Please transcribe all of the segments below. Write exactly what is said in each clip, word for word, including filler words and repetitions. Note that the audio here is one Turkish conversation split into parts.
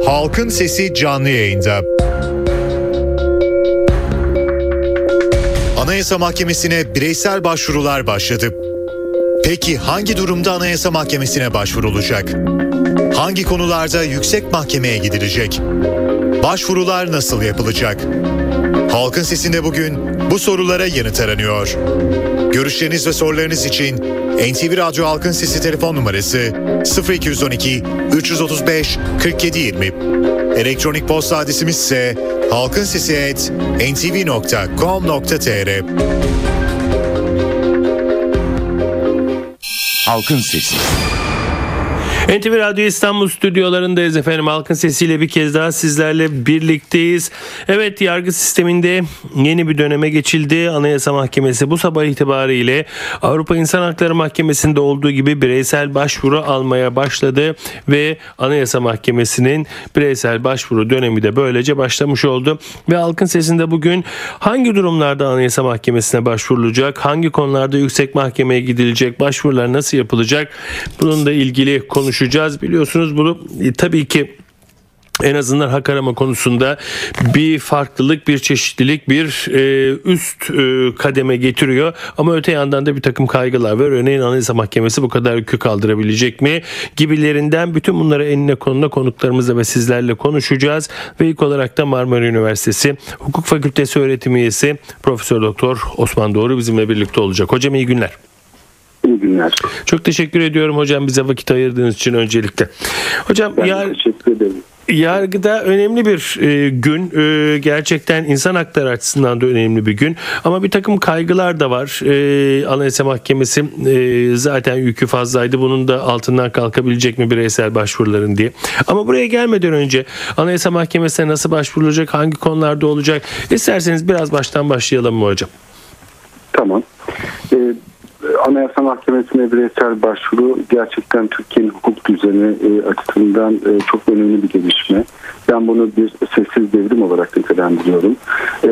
Halkın Sesi canlı yayında. Anayasa Mahkemesi'ne bireysel başvurular başladı. Peki hangi durumda Anayasa Mahkemesi'ne başvurulacak? Hangi konularda yüksek mahkemeye gidilecek? Başvurular nasıl yapılacak? Halkın Sesi'nde bugün bu sorulara yanıt aranıyor. Görüşleriniz ve sorularınız için N T V Radyo Halkın Sesi telefon numarası sıfır iki on iki üç otuz beş kırk yedi yirmi. Elektronik posta adresimiz ise halkinsesi at en te ve nokta com nokta te er. Halkın Sesi. N T V Radyo İstanbul stüdyolarındayız efendim. Halkın Sesi'yle bir kez daha sizlerle birlikteyiz. Evet, yargı sisteminde yeni bir döneme geçildi. Anayasa Mahkemesi bu sabah itibariyle Avrupa İnsan Hakları Mahkemesi'nde olduğu gibi bireysel başvuru almaya başladı ve Anayasa Mahkemesi'nin bireysel başvuru dönemi de böylece başlamış oldu. Ve Halkın Sesi'nde bugün hangi durumlarda Anayasa Mahkemesi'ne başvurulacak, hangi konularda yüksek mahkemeye gidilecek, başvurular nasıl yapılacak, bununla ilgili konuşacağız. Biliyorsunuz bunu e, tabii ki en azından hak arama konusunda bir farklılık, bir çeşitlilik, bir e, üst e, kademe getiriyor. Ama öte yandan da bir takım kaygılar var. Örneğin Anayasa Mahkemesi bu kadar yükü kaldırabilecek mi? Gibilerinden bütün bunları enine konuna konuklarımızla ve sizlerle konuşacağız. Ve ilk olarak da Marmara Üniversitesi Hukuk Fakültesi öğretim üyesi Profesör Doktor Osman Doğru bizimle birlikte olacak. Hocam iyi günler. İyi günler. Çok teşekkür ediyorum hocam bize vakit ayırdığınız için öncelikle. Hocam ben yar- teşekkür ederim. Yargıda önemli bir e, gün. E, gerçekten insan hakları açısından da önemli bir gün. Ama bir takım kaygılar da var. E, Anayasa Mahkemesi e, zaten yükü fazlaydı. Bunun da altından kalkabilecek mi bireysel başvuruların diye. Ama buraya gelmeden önce Anayasa Mahkemesi'ne nasıl başvurulacak, hangi konularda olacak? İsterseniz biraz baştan başlayalım mı hocam? Tamam. Ee, Anayasa Mahkemesi'ne bireysel başvuru gerçekten Türkiye'nin hukuk düzeni e, açısından e, çok önemli bir gelişme. Ben bunu bir sessiz devrim olarak nitelendiriyorum. E,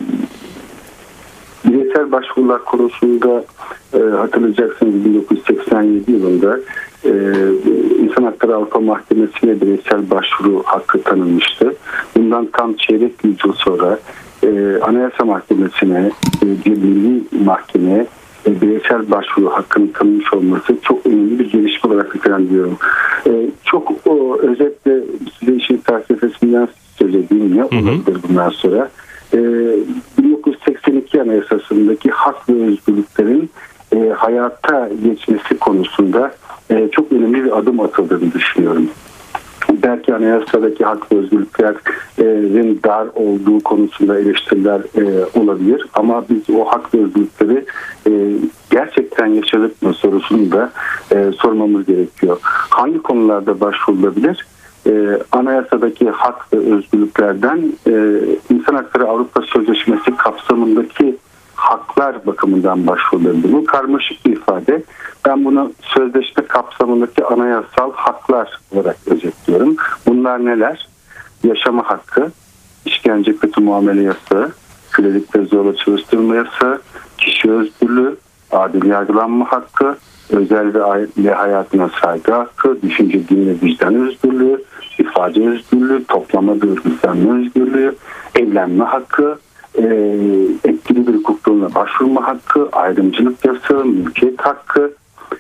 bireysel başvurular konusunda e, hatırlayacaksınız bin dokuz yüz seksen yedi yılında e, İnsan Hakları Avrupa Mahkemesi'ne bireysel başvuru hakkı tanınmıştı. Bundan tam çeyrek yüzyıl sonra e, Anayasa Mahkemesi'ne e, bir milli mahkemeye bireysel başvuru hakkının tanınmış olması çok önemli bir gelişme olarak nitelendiriyorum. Ee, çok o, özetle size işin felsefesinden söylediğim ne olabilir bundan sonra. Ee, bin dokuz yüz seksen iki Anayasası'ndaki hak ve özgürlüklerin e, hayata geçmesi konusunda e, çok önemli bir adım atıldığını düşünüyorum. Belki anayasadaki hak ve özgürlüklerin dar olduğu konusunda eleştiriler e, olabilir. Ama biz o hak ve özgürlükleri e, gerçekten yaşadık mı sorusunu da e, sormamız gerekiyor. Hangi konularda başvurulabilir? E, anayasadaki hak ve özgürlüklerden e, İnsan Hakları Avrupa Sözleşmesi kapsamındaki haklar bakımından başvurulabilir. Bu karmaşık bir ifade. Ben bunu sözleşme kapsamındaki anayasal haklar olarak özetliyorum. Bunlar neler? Yaşama hakkı, işkence kötü muamele yasağı, kölelik ve zorla çalıştırma yasağı, kişi özgürlüğü, adil yargılanma hakkı, özel ve aile hayatına saygı hakkı, düşünce, din ve vicdan özgürlüğü, ifade özgürlüğü, toplama ve örgütlenme özgürlüğü, evlenme hakkı, e, etkili bir hukuk yoluna başvurma hakkı, ayrımcılık yasağı, mülkiyet hakkı,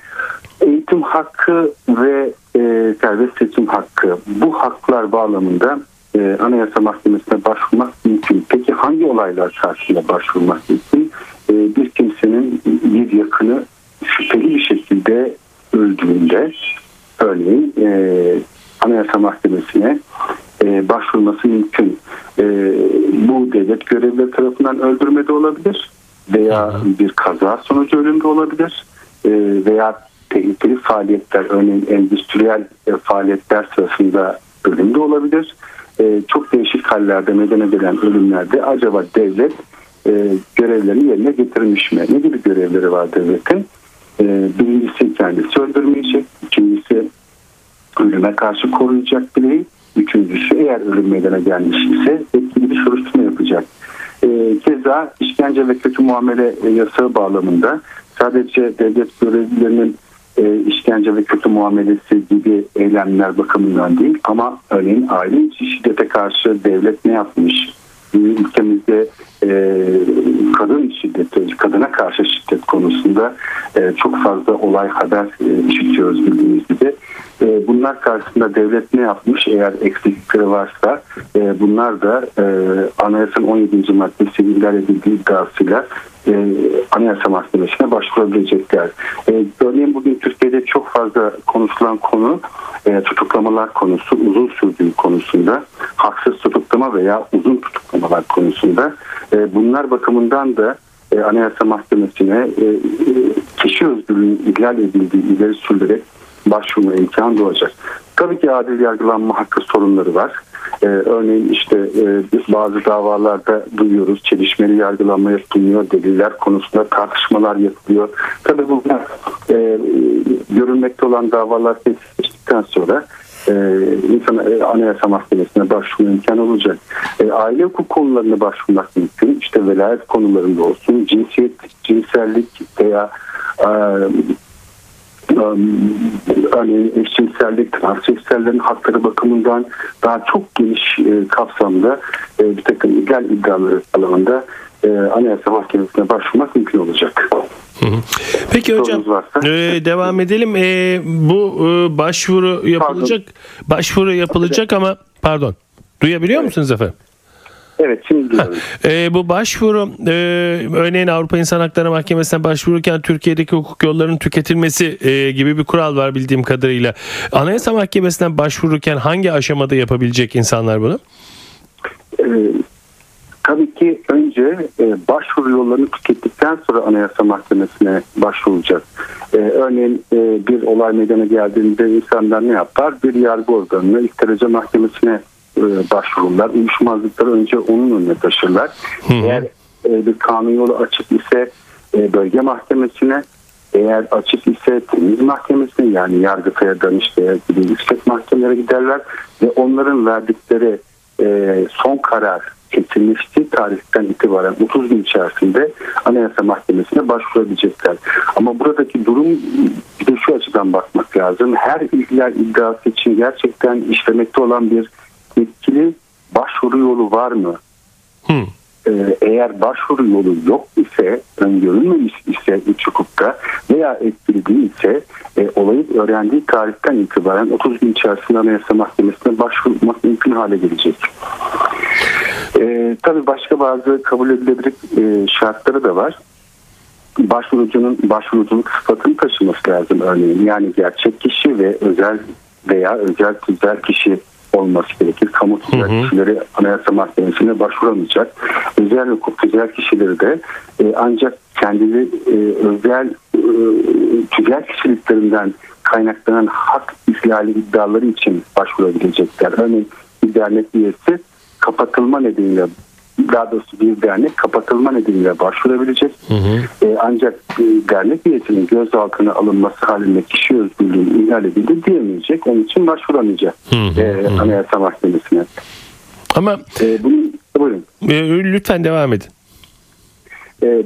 eğitim hakkı ve e, serbest seçim hakkı. Bu haklar bağlamında e, Anayasa Mahkemesi'ne başvurmak mümkün. Peki hangi olaylar karşısında başvurmak mümkün? E, bir kimsenin bir yakını şüpheli bir şekilde öldüğünde, örneğin e, Anayasa Mahkemesi'ne e, başvurması mümkün. E, bu devlet görevlileri tarafından öldürme de olabilir veya bir kaza sonucu ölüm de olabilir e, veya tehlikeli faaliyetler, örneğin endüstriyel e, faaliyetler sırasında ölüm de olabilir. E, çok değişik hallerde meydana gelen ölümlerde acaba devlet e, görevlerini yerine getirmiş mi? Ne gibi görevleri var devletin? E, birincisi kendisi öldürmeyecek, ikincisi ölüme karşı koruyacak bireyi, üçüncüsü eğer ölüm meydana gelmiş ise etkili bir soruşturma yapacak. E, keza işkence ve kötü muamele yasağı bağlamında sadece devlet görevlilerinin e, işkence ve kötü muamelesi gibi eylemler bakımından değil, ama örneğin aile içi şiddete karşı devlet ne yapmış? Ülkemizde e, kadın şiddeti, kadına karşı şiddet konusunda e, çok fazla olay haber e, işitiyoruz bildiğiniz gibi. E, bunlar karşısında devlet ne yapmış? Eğer eksiklikleri varsa e, bunlar da e, Anayasanın on yedinci maddesi ihlal edildiği iddiasıyla e, Anayasa Mahkemesi'ne başvurabilecekler. E, örneğin bugün Türkiye'de çok fazla konuşulan konu e, tutuklamalar konusu, uzun sürdüğü konusunda, haksız tutuklama veya uzun tutuklamalar konusunda. E, bunlar bakımından da e, Anayasa Mahkemesi'ne e, e, kişi özgürlüğünün ihlal edildiği ileri sürülerek başvurma imkanı doğacak. Tabii ki adil yargılanma hakkı sorunları var. Ee, örneğin işte e, biz bazı davalarda duyuyoruz, çelişmeli yargılanma yapılmıyor, deliller konusunda tartışmalar yapılıyor. Tabii bunlar e, görülmekte olan davalar kesinleştikten sonra e, insan e, Anayasa Mahkemesi'ne başvurma imkanı olacak. E, aile hukuk konularına başvurmak mümkün. İşte velayet konularında olsun, cinsiyet, cinsellik veya e, örneğin eşcinsellik, transseksüellerin hakları bakımından daha çok geniş e, kapsamda e, bir takım ihlal iddiaları alanında e, Anayasa Mahkemesi'ne başvurmak mümkün olacak. Peki hocam e, devam edelim. E, bu e, başvuru yapılacak, pardon. başvuru yapılacak ama pardon. Duyabiliyor evet. musunuz efendim? Evet, şimdi duyuyorum. E, bu başvuru e, örneğin Avrupa İnsan Hakları Mahkemesi'ne başvururken Türkiye'deki hukuk yollarının tüketilmesi e, gibi bir kural var bildiğim kadarıyla. Anayasa Mahkemesi'ne başvururken hangi aşamada yapabilecek insanlar bunu? E, tabii ki önce e, başvuru yollarını tükettikten sonra Anayasa Mahkemesi'ne başvurulacak. E, örneğin e, bir olay meydana geldiğinde insanlar ne yapar? Bir yargı organına, ilk derece mahkemesine başvururlar. Uyuşmazlıkları önce onun önüne taşırlar. Hı hı. Eğer e, bir kanun yolu açık ise e, bölge mahkemesine, eğer açık ise temiz mahkemesine, yani Yargıtay'a, Danıştay'a gibi yüksek mahkemelere giderler ve onların verdikleri e, son karar kesinleştiği tarihten itibaren otuz gün içerisinde Anayasa Mahkemesi'ne başvurabilecekler. Ama buradaki durum bir de şu açıdan bakmak lazım. Her ihlal iddiası için gerçekten işlemekte olan bir etkili başvuru yolu var mı? Hmm. Ee, eğer başvuru yolu yok ise, öngörülmemiş ise iç hukukta veya etkili değilse e, olayı öğrendiği tarihten itibaren otuz gün içerisinde Anayasa Mahkemesi'ne başvurmak mümkün hale gelecek. Ee, tabii başka bazı kabul edilebilir e, şartları da var. Başvurucunun başvuruculuk sıfatını taşıması lazım örneğin. Yani gerçek kişi ve özel veya özel tüzel kişi olması gerekir. Kamu tüzel kişileri Anayasa Mahkemesi'ne başvuramayacak. Özel hukuk tüzel kişileri de e, ancak kendileri e, özel e, tüzel kişiliklerinden kaynaklanan hak ihlali iddiaları için başvurabilecekler. Örneğin bir dernek üyesi kapatılma nedeniyle, daha doğrusu bir dernek kapatılma nedeniyle başvurabilecek. Hı hı. E, ancak e, dernek üyesinin gözaltına alınması halinde kişi özgürlüğünü ihlal edildi diyemeyecek. Onun için başvuramayacak hı hı. E, Anayasa Mahkemesi'ne. Ama e, bunu, buyurun. E, lütfen devam edin. E,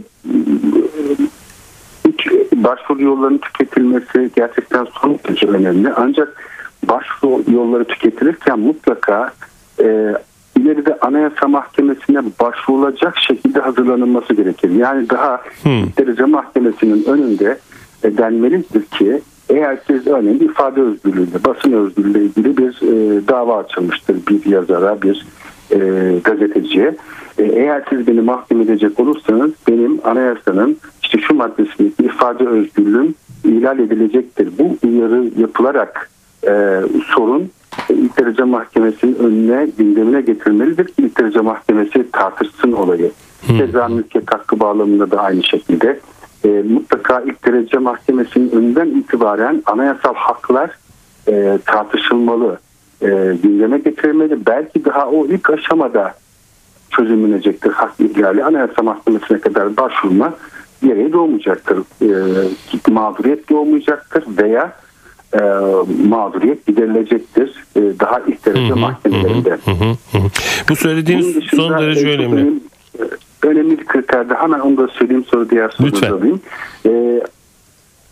başvuru yollarının tüketilmesi gerçekten son derece önemli. Ancak başvuru yolları tüketilirken mutlaka e, ileride Anayasa Mahkemesi'ne başvurulacak şekilde hazırlanılması gerekir. Yani daha hmm. derece mahkemesinin önünde e, denmelidir ki eğer siz örneğin ifade özgürlüğüyle, basın özgürlüğüyle ilgili bir e, dava açılmıştır bir yazara, bir e, gazeteciye. E, eğer siz beni mahkeme edecek olursanız benim anayasanın işte şu maddesindeki ifade özgürlüğüm ihlal edilecektir. Bu uyarı yapılarak e, sorun İlk derece mahkemesinin önüne, gündemine getirilmelidir ki ilk derece mahkemesi tartışsın olayı. Hmm. Ceza mülkiyet hakkı bağlamında da aynı şekilde. E, mutlaka ilk derece mahkemesinin önünden itibaren anayasal haklar e, tartışılmalı, e, gündeme getirilmeli. Belki daha o ilk aşamada çözümlenecektir hak ihlali. Anayasa Mahkemesi'ne kadar başvurma gereği doğmayacaktır. E, mağduriyet doğmayacaktır veya E, mağduriyet giderilecektir. E, daha ilk derece mahkemelerinde. Hı hı hı. Bu söylediğiniz son derece e, önemli. önemli. Önemli bir kriter de hemen onu da söyleyeyim, sonra diğer soruları alayım. E,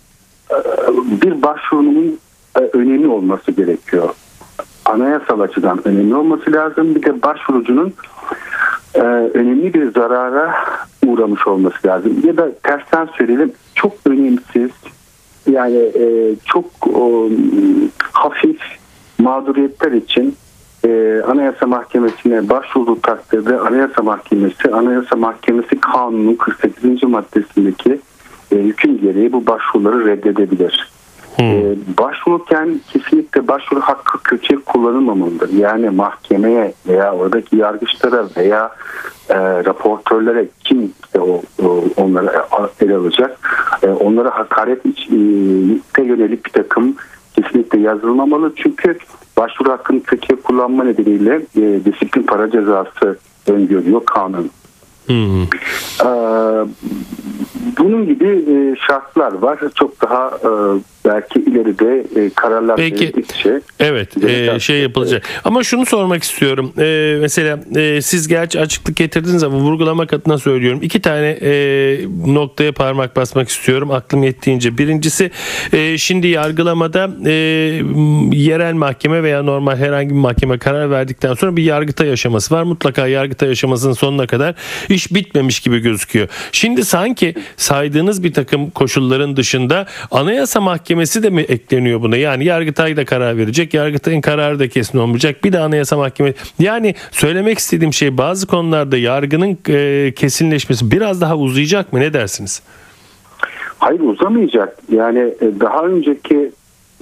bir başvurunun önemli olması gerekiyor. Anayasal açıdan önemli olması lazım. Bir de başvurucunun önemli bir zarara uğramış olması lazım. Ya da tersten söyleyelim, çok önemsiz, yani çok hafif mağduriyetler için Anayasa Mahkemesi'ne başvurduğu takdirde Anayasa Mahkemesi, Anayasa Mahkemesi Kanunu'nun kırk sekizinci maddesindeki hüküm gereği bu başvuruları reddedebilir. Hmm. Ee, başvururken kesinlikle başvuru hakkı kötüye kullanılmamalıdır. Yani mahkemeye veya oradaki yargıçlara veya e, raportörlere, kim işte o, o onları ele alacak, e, onlara hakaret e, yönelik bir takım kesinlikle yazılmamalı. Çünkü başvuru hakkını kötüye kullanma nedeniyle e, disiplin para cezası öngörüyor kanun. Hmm. Ee, bunun gibi e, şartlar var. Çok daha e, belki ileride e, kararlar verildiğince evet e, şey yapılacak. Evet. Ama şunu sormak istiyorum. E, mesela e, siz gerçi açıklık getirdiniz ama vurgulamak adına söylüyorum. İki tane e, noktaya parmak basmak istiyorum aklım yettiğince. Birincisi e, şimdi yargılamada e, yerel mahkeme veya normal herhangi bir mahkeme karar verdikten sonra bir yargıtay aşaması var. Mutlaka yargıtay aşamasının sonuna kadar iş bitmemiş gibi gözüküyor. Şimdi sanki saydığınız bir takım koşulların dışında Anayasa Mahkemesi de mi ekleniyor buna? Yani Yargıtay da karar verecek. Yargıtay'ın kararı da kesin olmayacak. Bir de Anayasa Mahkemesi. Yani söylemek istediğim şey, bazı konularda yargının e, kesinleşmesi biraz daha uzayacak mı? Ne dersiniz? Hayır, uzamayacak. Yani daha önceki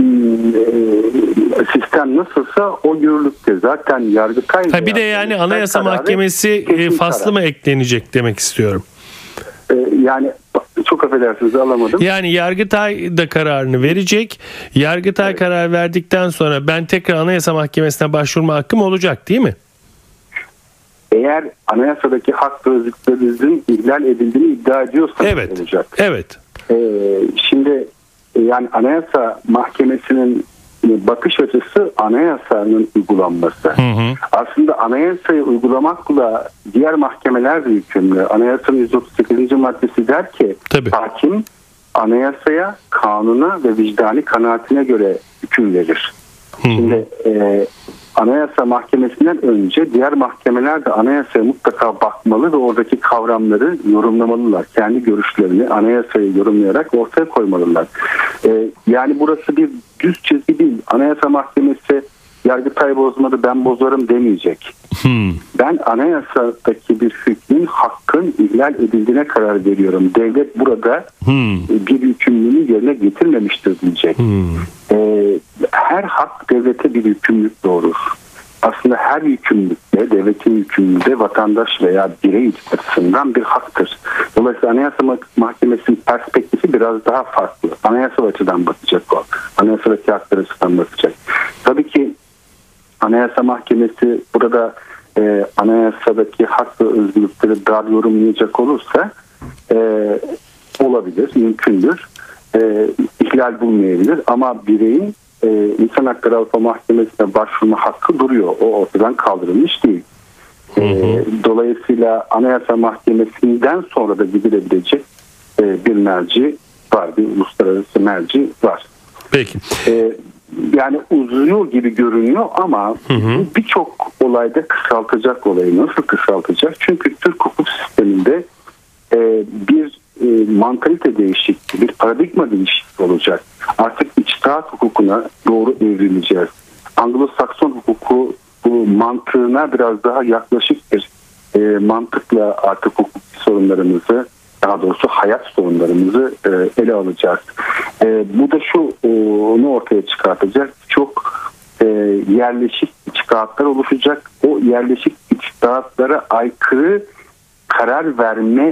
sistem nasılsa o yürürlükte zaten Yargıtay. Ha, bir de yani Anayasa Mahkemesi faslı karar mı eklenecek demek istiyorum. Yani çok affedersiniz, alamadım. Yani Yargıtay da kararını verecek. Yargıtay evet. karar verdikten sonra ben tekrar Anayasa Mahkemesi'ne başvurma hakkım olacak değil mi? Eğer anayasadaki hak ve özgürlüklerinizin ihlal edildiğini iddia ediyorsanız evet. olacak. Evet. Ee, şimdi yani Anayasa Mahkemesi'nin bakış açısı anayasanın uygulanması. Hı hı. Aslında anayasayı uygulamakla diğer mahkemeler de yükümlü. Anayasanın yüz otuz sekizinci maddesi der ki Tabii. hakim anayasaya, kanuna ve vicdani kanaatine göre hüküm verir. Hı hı. Şimdi e, Anayasa Mahkemesi'nden önce diğer mahkemeler de anayasaya mutlaka bakmalı ve oradaki kavramları yorumlamalılar. Kendi görüşlerini anayasayı yorumlayarak ortaya koymalılar. Ee, yani burası bir düz çizgi değil. Anayasa Mahkemesi Yargıtay bozmadı, ben bozarım demeyecek. Hmm. Ben anayasadaki bir hükmün, hakkın ihlal edildiğine karar veriyorum. Devlet burada hmm. bir yükümlülüğünü yerine getirmemiştir diyecek. Hmm. Ee, her hak devlete bir yükümlülük doğurur. Aslında her yükümlülükte, devletin yükümlülüğü de vatandaş veya birey açısından bir haktır. Dolayısıyla Anayasa Mahkemesi'nin perspektifi biraz daha farklı. Anayasal açıdan bakacak o. Anayasadaki haklar açıdan bakacak. Tabii ki Anayasa Mahkemesi burada e, anayasadaki hak ve özgürlükleri dar yorumlayacak olursa e, olabilir, mümkündür. E, ihlal bulmayabilir ama bireyin e, İnsan Hakları Avrupa Mahkemesi'ne başvurma hakkı duruyor. O ortadan kaldırılmış değil. E, dolayısıyla Anayasa Mahkemesi'nden sonra da gidilebilecek e, bir merci var, bir uluslararası merci var. Peki. E, Yani uzuyor gibi görünüyor ama birçok olayda kısaltacak olayı. Nasıl kısaltacak? Çünkü Türk hukuk sisteminde e, bir e, mantalite değişikliği, bir paradigma değişikliği olacak. Artık içtihat hukukuna doğru evrileceğiz. Anglo-Sakson hukuku bu mantığına biraz daha yaklaşık bir e, mantıkla artık hukuk sorunlarımızı, daha doğrusu hayat sorunlarımızı e, ele alacağız. E, bu da şu e, onu ortaya çıkartacak. Çok e, yerleşik içtihatlar oluşacak. O yerleşik içtihatlara aykırı karar vermeyi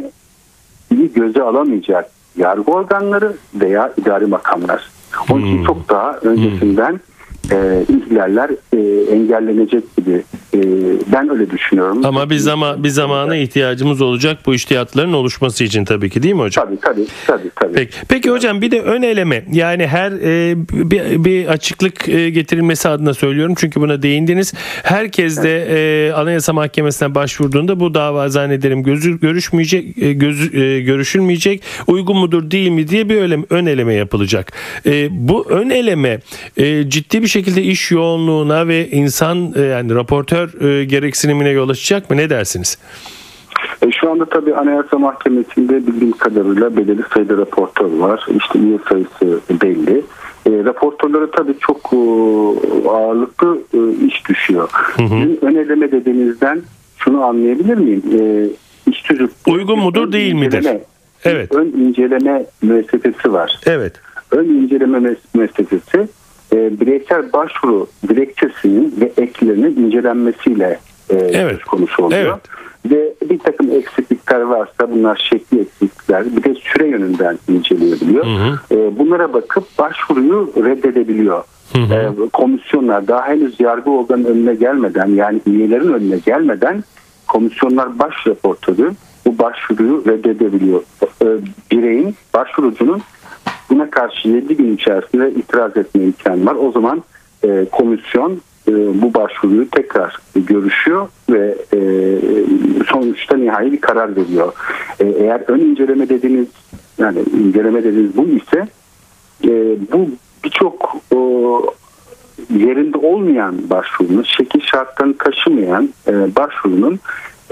göze alamayacak yargı organları veya idari makamlar. Onun için hmm. çok daha öncesinden e, ihlaller e, engellenecek gibi. E, ben öyle düşünüyorum. Ama bir zaman bir zamana ihtiyacımız olacak bu ihtiyatların oluşması için tabii ki, değil mi hocam? Tabii tabii tabii tabii. Peki, peki hocam, bir de ön eleme, yani her e, bir, bir açıklık e, getirilmesi adına söylüyorum çünkü buna değindiniz. Herkes de e, Anayasa Mahkemesi'ne başvurduğunda bu dava zannederim gözü, görüşmeyecek, e, göz, e, görüşülmeyecek, uygun mudur değil mi diye bir öyle, ön eleme yapılacak. E, bu ön eleme e, ciddi bir şekilde iş yoğunluğuna ve insan e, yani raportör e, gereksinimine yol açacak mı? Ne dersiniz? E, şu anda tabii Anayasa Mahkemesi'nde bildiğim kadarıyla belirli sayıda raportör var. İşte üye sayısı belli. E, raportörlere tabii çok e, ağırlıklı e, iş düşüyor. Hı hı. Ön eleme dediğinizden şunu anlayabilir miyim? E, iş tüzük, uygun mudur değil midir? Evet. Ön inceleme müessesesi var. Evet. Ön inceleme müessesesi e, bireysel başvuru dilekçesinin ve eklerinin incelenmesiyle e, evet. söz konusu oluyor. Evet. Ve bir takım eksiklikler varsa bunlar şekli eksiklikler, bir de süre yönünden inceleyebiliyor. Hı hı. E, bunlara bakıp başvuruyu reddedebiliyor. Hı hı. E, komisyonlar daha henüz yargı organının önüne gelmeden, yani üyelerin önüne gelmeden komisyonlar baş raportörü bu başvuruyu reddedebiliyor. E, bireyin, başvurucunun buna karşı yedi gün içerisinde itiraz etme imkanı var. O zaman e, komisyon e, bu başvuruyu tekrar görüşüyor ve e, sonuçta nihai bir karar veriyor. E, eğer ön inceleme dediğiniz, yani inceleme dediğiniz bu ise e, bu birçok e, yerinde olmayan başvurunun, şekil şartlarını taşımayan e, başvurunun e,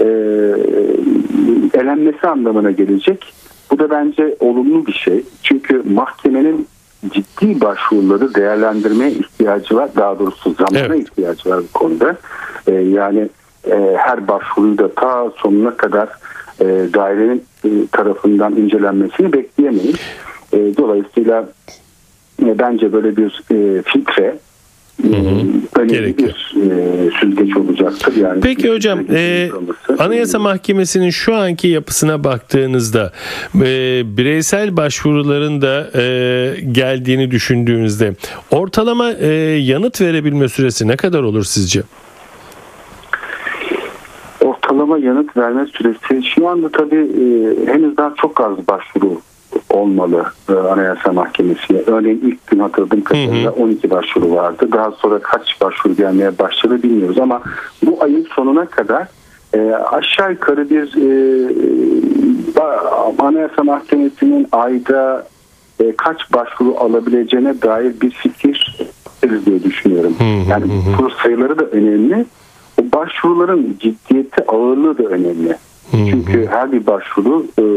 elenmesi anlamına gelecek. Bu da bence olumlu bir şey. Çünkü mahkemenin ciddi başvuruları değerlendirmeye ihtiyacı var. Daha doğrusu zamana evet. ihtiyacı var bu konuda. Ee, yani e, her başvuruyu da ta sonuna kadar e, dairenin e, tarafından incelenmesini bekleyemeyiz. E, dolayısıyla e, bence böyle bir e, filtre Hı hı. önemli bir e, süzgeç olacaktır. Yani peki hocam, e, Anayasa Mahkemesi'nin şu anki yapısına baktığınızda e, bireysel başvuruların da e, geldiğini düşündüğünüzde ortalama e, yanıt verebilme süresi ne kadar olur sizce? Ortalama yanıt verme süresi şu anda tabii e, henüz daha çok az başvuru olmalı e, Anayasa Mahkemesi'ne. Örneğin ilk gün hatırladığım kadarıyla on iki başvuru vardı. Daha sonra kaç başvuru gelmeye başladı bilmiyoruz ama bu ayın sonuna kadar e, aşağı yukarı bir e, Anayasa Mahkemesi'nin ayda e, kaç başvuru alabileceğine dair bir fikir diye düşünüyorum. Yani bu sayıları da önemli. O başvuruların ciddiyeti, ağırlığı da önemli. Çünkü her bir başvuru e,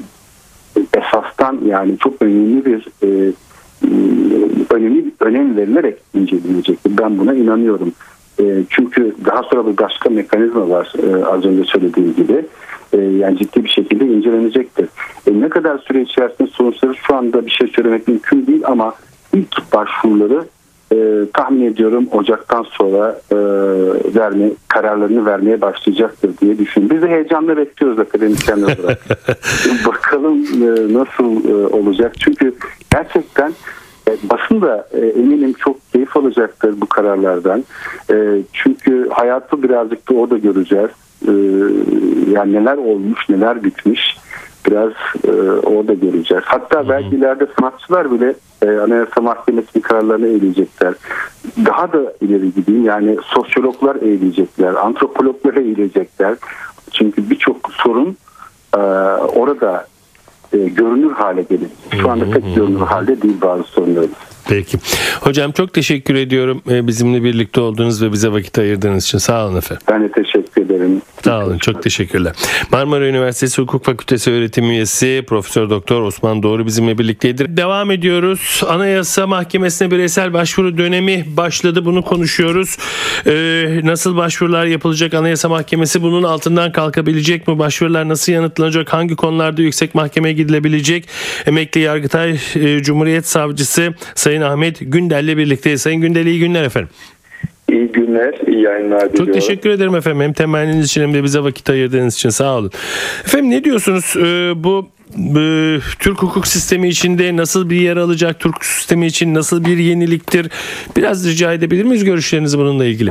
esastan, yani çok önemli bir e, önemli bir önem verilerek incelenecektir. Ben buna inanıyorum. E, çünkü daha sonra bir başka mekanizma var, e, az önce söylediğim gibi. E, yani ciddi bir şekilde incelenecektir. E, ne kadar süre içerisinde sonuçları şu anda bir şey söylemek mümkün değil ama ilk başvuruları e, tahmin ediyorum Ocak'tan sonra e, verme, kararlarını vermeye başlayacaktır diye düşünüyorum. Biz de heyecanla bekliyoruz akademisyenler olarak. Bakalım e, nasıl e, olacak. Çünkü gerçekten e, basın da e, eminim çok keyif alacaktır bu kararlardan. E, çünkü hayatı birazcık da orada göreceğiz. E, yani neler olmuş, neler bitmiş. Biraz e, orada göreceğiz. Hatta belki ileride sanatçılar bile e, Anayasa Mahkemesi'nin kararlarını eğilecekler. Daha da ileri gideyim, yani sosyologlar eğilecekler, antropologlar eğilecekler. Çünkü birçok sorun e, orada e, görünür hale gelir. Şu anda pek görünür halde değil bazı sorunlarımız. Peki. Hocam çok teşekkür ediyorum bizimle birlikte olduğunuz ve bize vakit ayırdığınız için. Sağ olun efendim. Ben de teşekkür ederim. Sağ olun. Çok teşekkürler. Marmara Üniversitesi Hukuk Fakültesi öğretim üyesi Profesör Doktor Osman Doğru bizimle birlikteydi. Devam ediyoruz. Anayasa Mahkemesi'ne bireysel başvuru dönemi başladı. Bunu konuşuyoruz. Ee, nasıl başvurular yapılacak? Anayasa Mahkemesi bunun altından kalkabilecek mi? Başvurular nasıl yanıtlanacak? Hangi konularda yüksek mahkemeye gidilebilecek? Emekli Yargıtay e, Cumhuriyet Savcısı Sayın Ahmet Gündel'le birlikteyiz. Sayın Gündel, iyi günler efendim. İyi günler, iyi yayınlar diliyorum. Çok teşekkür ederim efendim. Hem temenniniz için hem de bize vakit ayırdığınız için sağ olun. Efendim ne diyorsunuz? Ee, bu e, Türk hukuk sistemi içinde nasıl bir yer alacak? Türk hukuk sistemi için nasıl bir yeniliktir? Biraz rica edebilir miyiz görüşlerinizi bununla ilgili?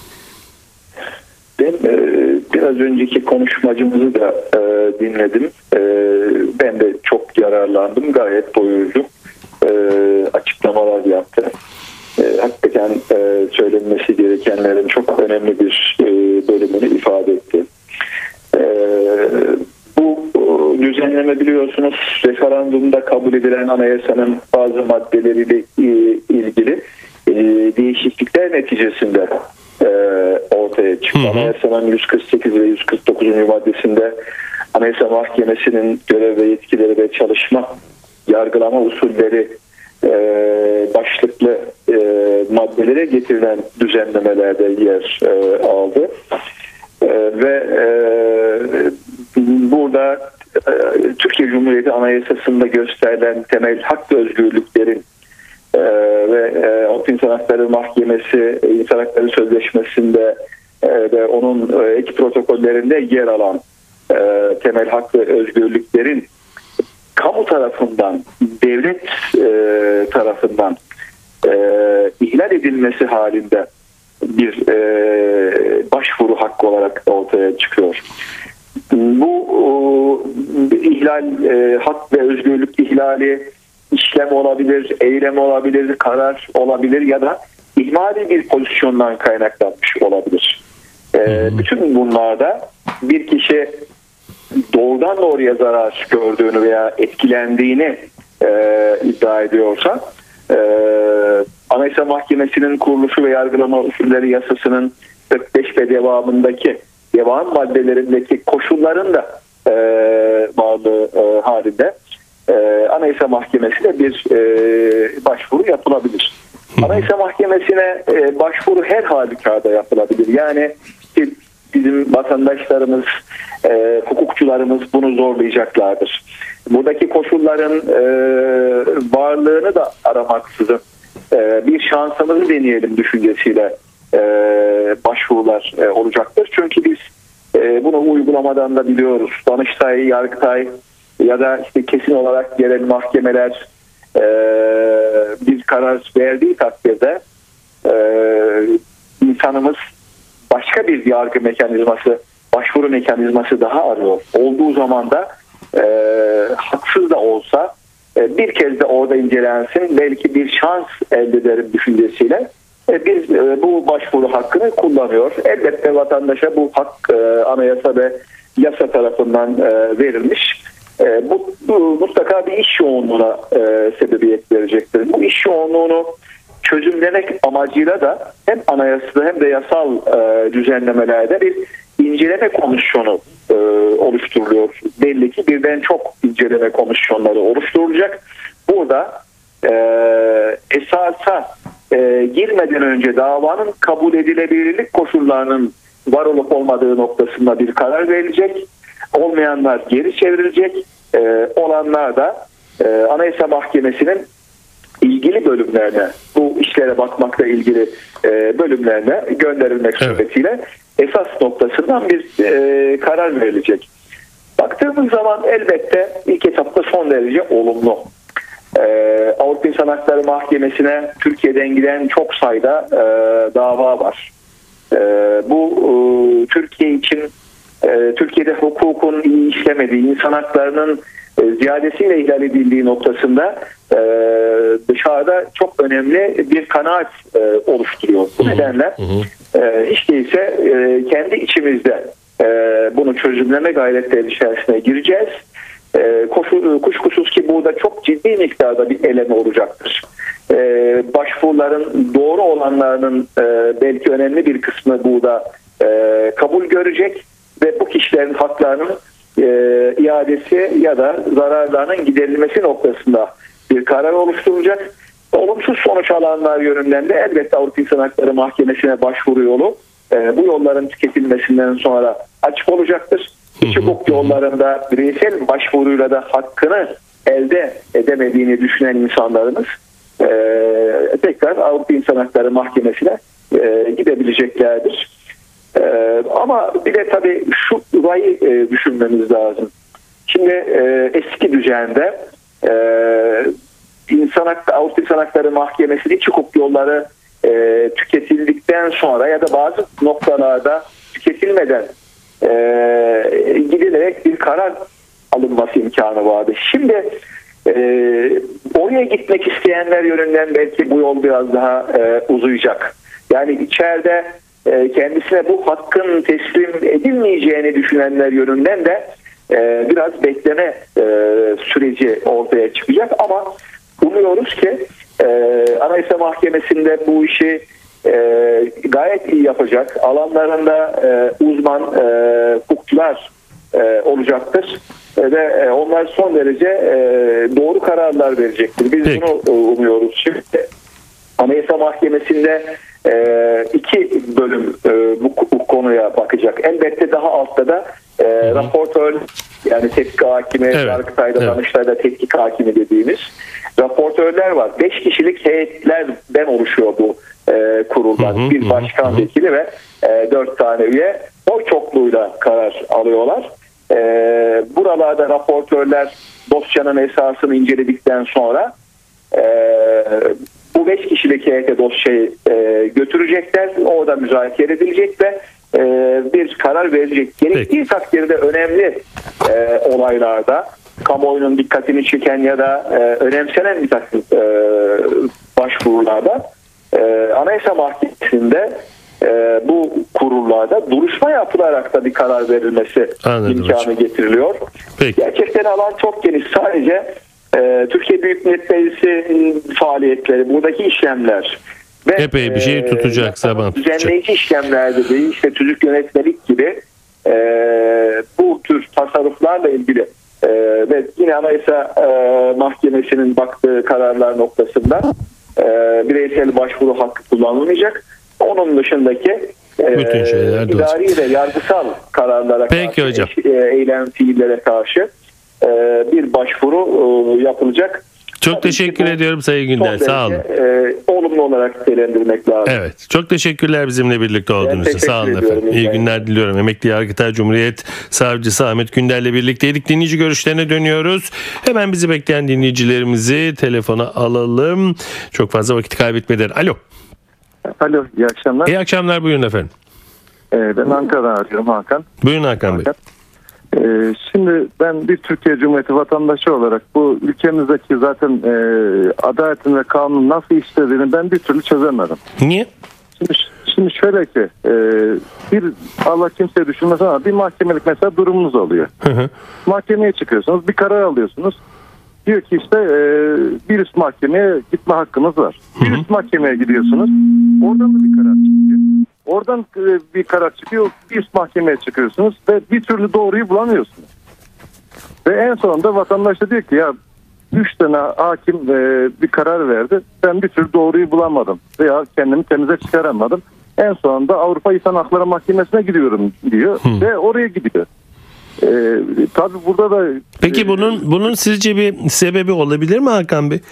Ben e, biraz önceki konuşmacımızı da e, dinledim. E, ben de çok yararlandım. Gayet doyurucu e, açıklamalar yaptı. E, hakikaten e, söylenmesi gerekenlerin çok önemli bir e, bölümünü ifade etti. E, bu e, düzenleme biliyorsunuz referandumda kabul edilen anayasanın bazı maddeleriyle e, ilgili e, değişiklikler neticesinde e, ortaya çıktı. Hı hı. Anayasanın yüz kırk sekiz ve yüz kırk dokuzuncu maddesinde Anayasa Mahkemesi'nin görev ve yetkileri ve çalışma yargılama usulleri e, başlıklı e, maddelere getirilen düzenlemelerde yer e, aldı. E, ve e, burada e, Türkiye Cumhuriyeti Anayasası'nda gösterilen temel hak ve özgürlüklerin e, ve e, Avrupa İnsan Hakları Mahkemesi İnsan Hakları Sözleşmesi'nde e, ve onun e, ek protokollerinde yer alan e, temel hak ve özgürlüklerin kamu tarafından, devlet e, tarafından e, ihlal edilmesi halinde bir e, başvuru hakkı olarak ortaya çıkıyor. Bu o, ihlal, e, hak ve özgürlük ihlali işlem olabilir, eylem olabilir, karar olabilir ya da ihmali bir pozisyondan kaynaklanmış olabilir. E, bütün bunlarda bir kişi doğrudan doğruya zarar gördüğünü veya etkilendiğini e, iddia ediyorsa e, Anayasa Mahkemesi'nin kuruluşu ve yargılama usulleri yasasının kırk beş ve devamındaki devam maddelerindeki koşulların da e, varlığı e, halinde e, Anayasa Mahkemesi'ne bir e, başvuru yapılabilir. Anayasa Mahkemesi'ne e, başvuru her halükarda yapılabilir. Yani işte bizim vatandaşlarımız, e, hukukçularımız bunu zorlayacaklardır. Buradaki koşulların e, varlığını da aramaksızın e, bir şansımızı deneyelim düşüncesiyle e, başvurular e, olacaktır. Çünkü biz e, bunu uygulamadan da biliyoruz. Danıştay, Yargıtay ya da işte kesin olarak gelen mahkemeler e, bir karar verdiği takdirde e, insanımız başka bir yargı mekanizması, başvuru mekanizması daha arıyor. Olduğu zaman da e, haksız da olsa e, bir kez de orada incelensin, belki bir şans elde ederim düşüncesiyle e, biz e, bu başvuru hakkını kullanıyor. Elbette vatandaşa bu hak e, anayasa ve yasa tarafından e, verilmiş. E, bu, bu mutlaka bir iş yoğunluğuna e, sebebiyet verecektir. Bu iş yoğunluğunu çözümlemek amacıyla da hem anayasada hem de yasal e, düzenlemelerde bir inceleme komisyonu e, oluşturuluyor. Belli ki birden çok inceleme komisyonları oluşturulacak. Burada e, esasa e, girmeden önce davanın kabul edilebilirlik koşullarının var olup olmadığı noktasında bir karar verilecek. Olmayanlar geri çevrilecek. E, olanlar da e, Anayasa Mahkemesi'nin ilgili bölümlerine, bu işlere bakmakla ilgili e, bölümlerine gönderilmek evet. suretiyle esas noktasından bir e, karar verilecek. Baktığımız zaman elbette ilk etapta son derece olumlu. E, Avrupa İnsan Hakları Mahkemesi'ne Türkiye'den giden çok sayıda e, dava var. E, bu e, Türkiye için e, Türkiye'de hukukun iyi işlemediği, insan haklarının e, ziyadesiyle ihlal edildiği noktasında e, dışarıda çok önemli bir kanaat e, oluşturuyor. Bu nedenle hı hı. E, hiç değilse e, kendi içimizde e, bunu çözümleme gayretleri içerisine gireceğiz. E, koşu, kuşkusuz ki burada çok ciddi miktarda bir eleme olacaktır. E, başvuruların doğru olanlarının e, belki önemli bir kısmı burada e, kabul görecek ve bu kişilerin haklarının e, iadesi ya da zararlarının giderilmesi noktasında bir karar oluşturulacak. Olumsuz sonuç alanlar yönünden de elbette Avrupa İnsan Hakları Mahkemesi'ne başvuru yolu e, bu yolların tüketilmesinden sonra açık olacaktır. İç hukuk yollarında bireysel başvuruyla da hakkını elde edemediğini düşünen insanlarımız e, tekrar Avrupa İnsan Hakları Mahkemesi'ne e, gidebileceklerdir. E, ama bir de tabii şu vayı e, düşünmemiz lazım. Şimdi e, eski düzende e, İnsan Hakları, Avrupa İnsan Hakları Mahkemesi iç hukuk yolları e, tüketildikten sonra ya da bazı noktalarda tüketilmeden e, gidilerek bir karar alınması imkanı vardı. Şimdi e, oraya gitmek isteyenler yönünden belki bu yol biraz daha e, uzayacak. Yani içeride e, kendisine bu hakkın teslim edilmeyeceğini düşünenler yönünden de e, biraz bekleme e, süreci ortaya çıkacak ama umuyoruz ki e, Anayasa Mahkemesi'nde bu işi e, gayet iyi yapacak. Alanlarında e, uzman e, hukukçular e, olacaktır. E, ve e, onlar son derece e, doğru kararlar verecektir. Biz Peki. bunu e, umuyoruz. Şimdi Anayasa Mahkemesi'nde e, iki bölüm e, bu, bu konuya bakacak. Elbette daha altta da e, raportör, yani tetkik hakimi, Evet. Yargıtay'da, Evet. Danıştay'da tetkik hakimi dediğimiz raportörler var. Beş kişilik heyetlerden oluşuyor bu e, kuruldan. Hı hı, bir hı, başkan hı. vekili ve e, dört tane üye oy çokluğuyla karar alıyorlar. E, buralarda raportörler dosyanın esasını inceledikten sonra e, bu beş kişilik heyete dosyayı e, götürecekler. Orada müzakere edilecek ve e, bir karar verecek. Gerektiği Peki. takdirde önemli e, olaylarda kamuoyunun dikkatini çeken ya da e, önemsenen bir takım e, başvurularda e, Anayasa Mahkemesi'nde e, bu kurullarda duruşma yapılarak da bir karar verilmesi Anladım imkanı hocam. getiriliyor. Peki. Gerçekten alan çok geniş. Sadece e, Türkiye Büyük Millet Meclisi'nin faaliyetleri, buradaki işlemler ve Epey bir şey tutacak, e, zaman tutacak. düzenleyici işlemlerde değil, işte tüzük yönetmelik gibi e, bu tür tasarruflarla ilgili e, ve yine Anayasa e, Mahkemesi'nin baktığı kararlar noktasında e, bireysel başvuru hakkı kullanılmayacak. Onun dışındaki e, Bütün şeyler de idari ve yargısal kararlara Peki karşı, hocam. e, eylem fiillere karşı e, bir başvuru e, yapılacak. Çok Tabii teşekkür ki bu ediyorum Sayın son Gündel. derece, Sağ olun. E, olumlu olarak değerlendirmek lazım. Evet. Çok teşekkürler bizimle birlikte olduğunuz için. teşekkür Sağ olun ediyorum. efendim. İyi günler diliyorum. Emekli Yargıtay Cumhuriyet Savcısı Ahmet Gündel'le birlikteydik. Dinleyici görüşlerine dönüyoruz. Hemen bizi bekleyen dinleyicilerimizi telefona alalım. Çok fazla vakit kaybetmeden. Alo. Alo, iyi akşamlar. İyi akşamlar, buyurun efendim. Ee, ben Ankara'dan arıyorum, Hakan. Buyurun Hakan Bey. Ee, şimdi ben bir Türkiye Cumhuriyeti vatandaşı olarak bu ülkemizdeki zaten e, adaletin ve kanunun nasıl işlediğini ben bir türlü çözemedim. Niye? Şimdi, şimdi şöyle ki e, bir Allah kimseye düşünmez ama bir mahkemelik mesela durumunuz oluyor. Hı hı. Mahkemeye çıkıyorsunuz, bir karar alıyorsunuz. Diyor ki işte e, bir üst mahkemeye gitme hakkınız var. Bir üst mahkemeye gidiyorsunuz. Oradan da bir karar çıkıyor. Oradan e, bir karar çıkıyor. Bir üst mahkemeye çıkıyorsunuz ve bir türlü doğruyu bulamıyorsunuz. Ve en sonunda vatandaş da diyor ki ya üç tane hakim e, bir karar verdi. Ben bir türlü doğruyu bulamadım veya kendimi temize çıkaramadım. En sonunda Avrupa İnsan Hakları Mahkemesi'ne gidiyorum diyor Hı. ve oraya gidiyor. Ee, tabii burada da Peki bunun bunun sizce bir sebebi olabilir mi Hakan Bey?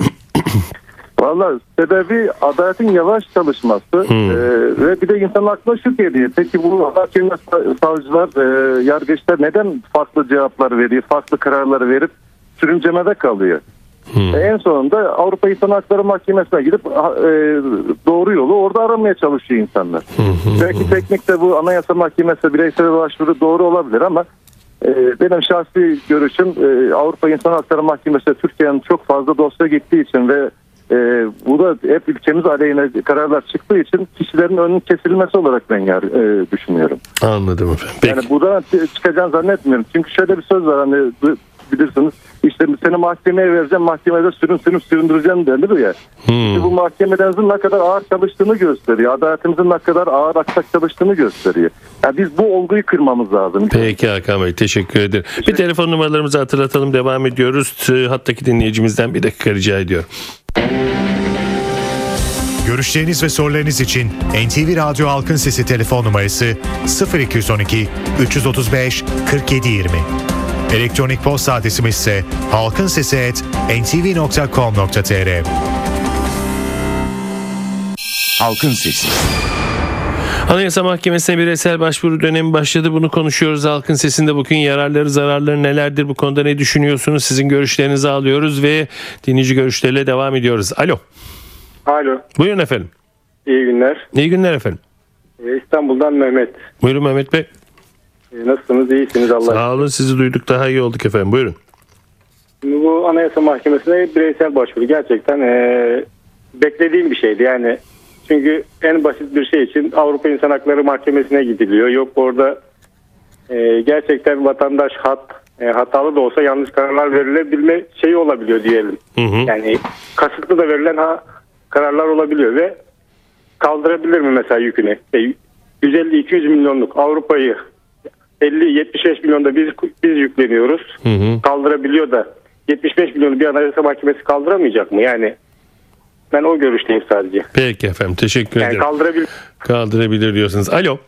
valla sebebi adaletin yavaş çalışması Hmm. ee, ve bir de insanın aklına şu geliyor. Peki bu hakim ve savcılar, e, yargıçlar neden farklı cevaplar veriyor, farklı kararları verip sürüncemede kalıyor? Hmm. E, en sonunda Avrupa İnsan Hakları Mahkemesi'ne gidip e, doğru yolu orada aramaya çalışıyor insanlar. Belki teknikte bu Anayasa Mahkemesi bireysel başvuru doğru olabilir ama e, benim şahsi görüşüm e, Avrupa İnsan Hakları Mahkemesi'ne Türkiye'nin çok fazla dosya gittiği için ve e, bu da hep ülkemiz aleyhine kararlar çıktığı için kişilerin önünün kesilmesi olarak ben yar, e, düşünüyorum. Anladım efendim. Peki. Yani buradan çıkacağını zannetmiyorum. Çünkü şöyle bir söz var, hani bilirsiniz, işte seni mahkemeye vereceğim, mahkemede sürün sürün süründüreceğim denir ya. Hmm. İşte bu mahkemelerimizin ne kadar ağır çalıştığını gösteriyor. Adaletimizin ne kadar ağır aksak çalıştığını gösteriyor. Yani biz bu olguyu kırmamız lazım. Peki Hakan Bey, teşekkür ederim. Bir telefon numaralarımızı hatırlatalım, devam ediyoruz. Hattaki dinleyicimizden bir dakika rica ediyorum. Görüşleriniz ve sorularınız için N T V Radyo Halkın Sesi telefon numarası sıfır iki on iki üç otuz beş kırk yedi yirmi. Elektronik posta adresimiz ise halkinsesi et en ti vi nokta com nokta te er. Halkın Sesi. Anayasa Mahkemesi'ne bireysel başvuru dönemi başladı. Bunu konuşuyoruz Halkın Sesi'nde. Bugün yararları, zararları nelerdir? Bu konuda ne düşünüyorsunuz? Sizin görüşlerinizi alıyoruz ve dinleyici görüşleriyle devam ediyoruz. Alo. Alo. Buyurun efendim. İyi günler. İyi günler efendim. Ee, İstanbul'dan Mehmet. Buyurun Mehmet Bey. Ee, nasılsınız? İyisiniz Allah. Sağ olun, sizi duyduk, daha iyi olduk efendim. Buyurun. Şimdi bu Anayasa Mahkemesi'ne bireysel başvuru gerçekten ee, beklediğim bir şeydi. Yani çünkü en basit bir şey için Avrupa İnsan Hakları Mahkemesi'ne gidiliyor. Yok orada ee, gerçekten vatandaş hat e, hatalı da olsa yanlış kararlar verilebilme şeyi olabiliyor diyelim. Hı hı. Yani kasıtlı da verilen ha, kararlar olabiliyor ve kaldırabilir mi mesela yükünü? E, yüz elli iki yüz milyonluk Avrupa'yı elli yetmiş beş milyonda biz biz yükleniyoruz. Hı hı. Kaldırabiliyor da yetmiş beş milyonu bir Anayasa Mahkemesi kaldıramayacak mı? Yani ben o görüşteyim sadece. Peki efendim, teşekkür Yani ederim. kaldırabilir. Kaldırabilir diyorsunuz. Alo.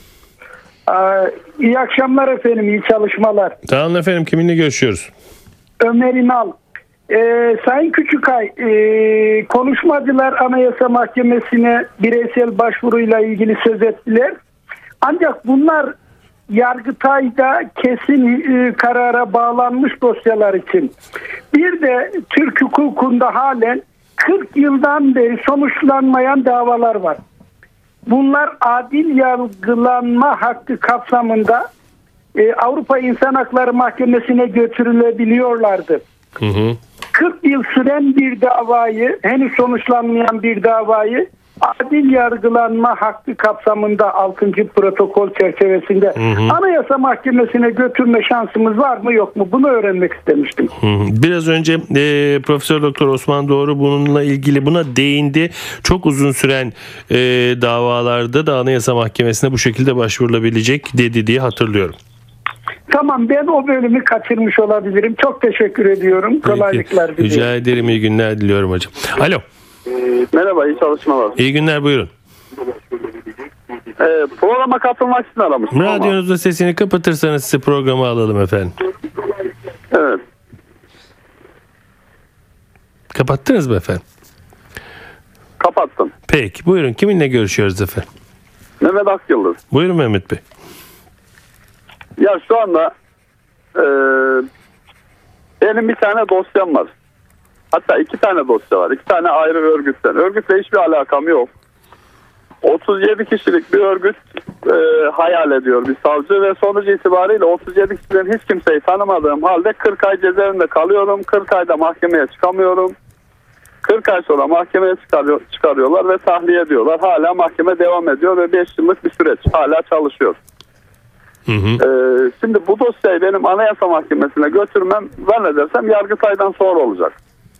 Aa, iyi akşamlar efendim, iyi çalışmalar. Sağ olun efendim, kiminle görüşüyoruz? Ömer İnal. Ee, Sayın Küçükay, e, konuşmacılar Anayasa Mahkemesi'ne bireysel başvuruyla ilgili söz ettiler. Ancak bunlar Yargıtay'da kesin e, karara bağlanmış dosyalar için. Bir de Türk hukukunda halen kırk yıldan beri sonuçlanmayan davalar var. Bunlar adil yargılanma hakkı kapsamında e, Avrupa İnsan Hakları Mahkemesi'ne götürülebiliyorlardı. Hı hı. kırk yıl süren bir davayı, henüz sonuçlanmayan bir davayı adil yargılanma hakkı kapsamında altıncı protokol çerçevesinde hı hı. Anayasa Mahkemesi'ne götürme şansımız var mı yok mu? Bunu öğrenmek istemiştim. Hı hı. Biraz önce e, Profesör Doktor Osman Doğru bununla ilgili buna değindi. Çok uzun süren e, davalarda da Anayasa Mahkemesi'ne bu şekilde başvurulabilecek dedi diye hatırlıyorum. Tamam, ben o bölümü kaçırmış olabilirim. Çok teşekkür ediyorum. Kolaylıklar Peki, diliyorum. rica ederim, iyi günler diliyorum hocam. Alo. Merhaba, iyi çalışmalar. İyi günler, buyurun. Ee, programa katılmak için aramıştım ama. Radyonuzda sesini kapatırsanız size programı alalım efendim. Evet. Kapattınız mı efendim? Kapattım. Peki, buyurun, kiminle görüşüyoruz efendim? Mehmet Akyıldız. Buyurun Mehmet Bey. Ya şu anda e, benim bir tane dosyam var. Hatta iki tane dosya var. İki tane ayrı örgütten. Örgütle hiçbir alakam yok. otuz yedi kişilik bir örgüt e, hayal ediyor bir savcı ve sonuç itibariyle otuz yedi kişiden hiç kimseyi tanımadığım halde kırk ay cezaevinde kalıyorum. kırk ayda mahkemeye çıkamıyorum. kırk ay sonra mahkemeye çıkarıyor, çıkarıyorlar ve tahliye ediyorlar. Hala mahkeme devam ediyor ve beş yıllık bir süreç. Hala çalışıyor. Hı hı. Ee, şimdi bu dosyayı benim Anayasa Mahkemesi'ne götürmem zannedersem Yargıtay'dan sonra olacak.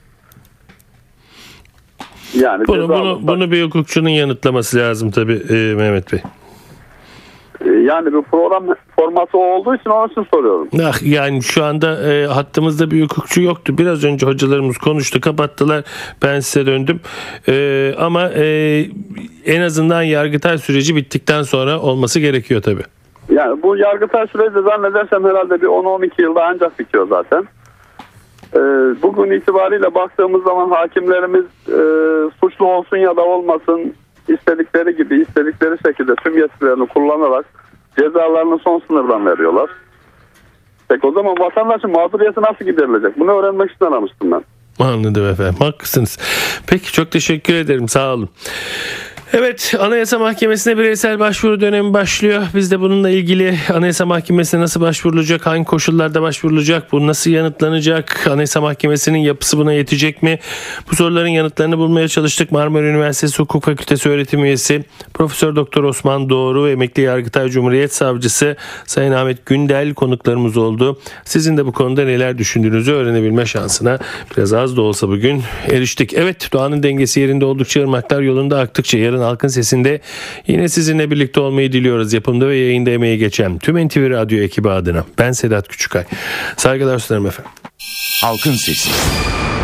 Yani Bunu, ceza bunu, alırsak- bunu bir hukukçunun yanıtlaması lazım tabii e, Mehmet Bey. Ee, yani bu program formatı o olduğu için onun için soruyorum. Ah, yani şu anda e, hattımızda bir hukukçu yoktu. Biraz önce hocalarımız konuştu, kapattılar. Ben size döndüm. E, ama e, en azından Yargıtay süreci bittikten sonra olması gerekiyor tabii. Yani bu Yargıtay süreci zannedersem herhalde bir on on iki yılda ancak bitiyor zaten. Ee, bugün itibariyle baktığımız zaman hakimlerimiz e, suçlu olsun ya da olmasın istedikleri gibi istedikleri şekilde tüm yetkilerini kullanarak cezalarını son sınırdan veriyorlar. Peki o zaman vatandaşın mağduriyeti nasıl giderilecek? Bunu öğrenmek için aramıştım ben. Anladım efendim. Haklısınız. Peki, çok teşekkür ederim. Sağ olun. Evet, Anayasa Mahkemesi'ne bireysel başvuru dönemi başlıyor. Biz de bununla ilgili Anayasa Mahkemesi'ne nasıl başvurulacak, hangi koşullarda başvurulacak, bu nasıl yanıtlanacak, Anayasa Mahkemesi'nin yapısı buna yetecek mi? Bu soruların yanıtlarını bulmaya çalıştık. Marmara Üniversitesi Hukuk Fakültesi öğretim üyesi Profesör Doktor Osman Doğru ve emekli Yargıtay Cumhuriyet Savcısı Sayın Ahmet Gündel konuklarımız oldu. Sizin de bu konuda neler düşündüğünüzü öğrenebilme şansına biraz az da olsa bugün eriştik. Evet, doğanın dengesi yerinde oldukça, ırmaklar yolunda aktıkça yarın Halkın Sesi'nde yine sizinle birlikte olmayı diliyoruz. Yapımda ve yayında emeği geçen tüm N T V Radyo ekibi adına ben Sedat Küçükay. Saygılar sunarım efendim. Halkın Sesi.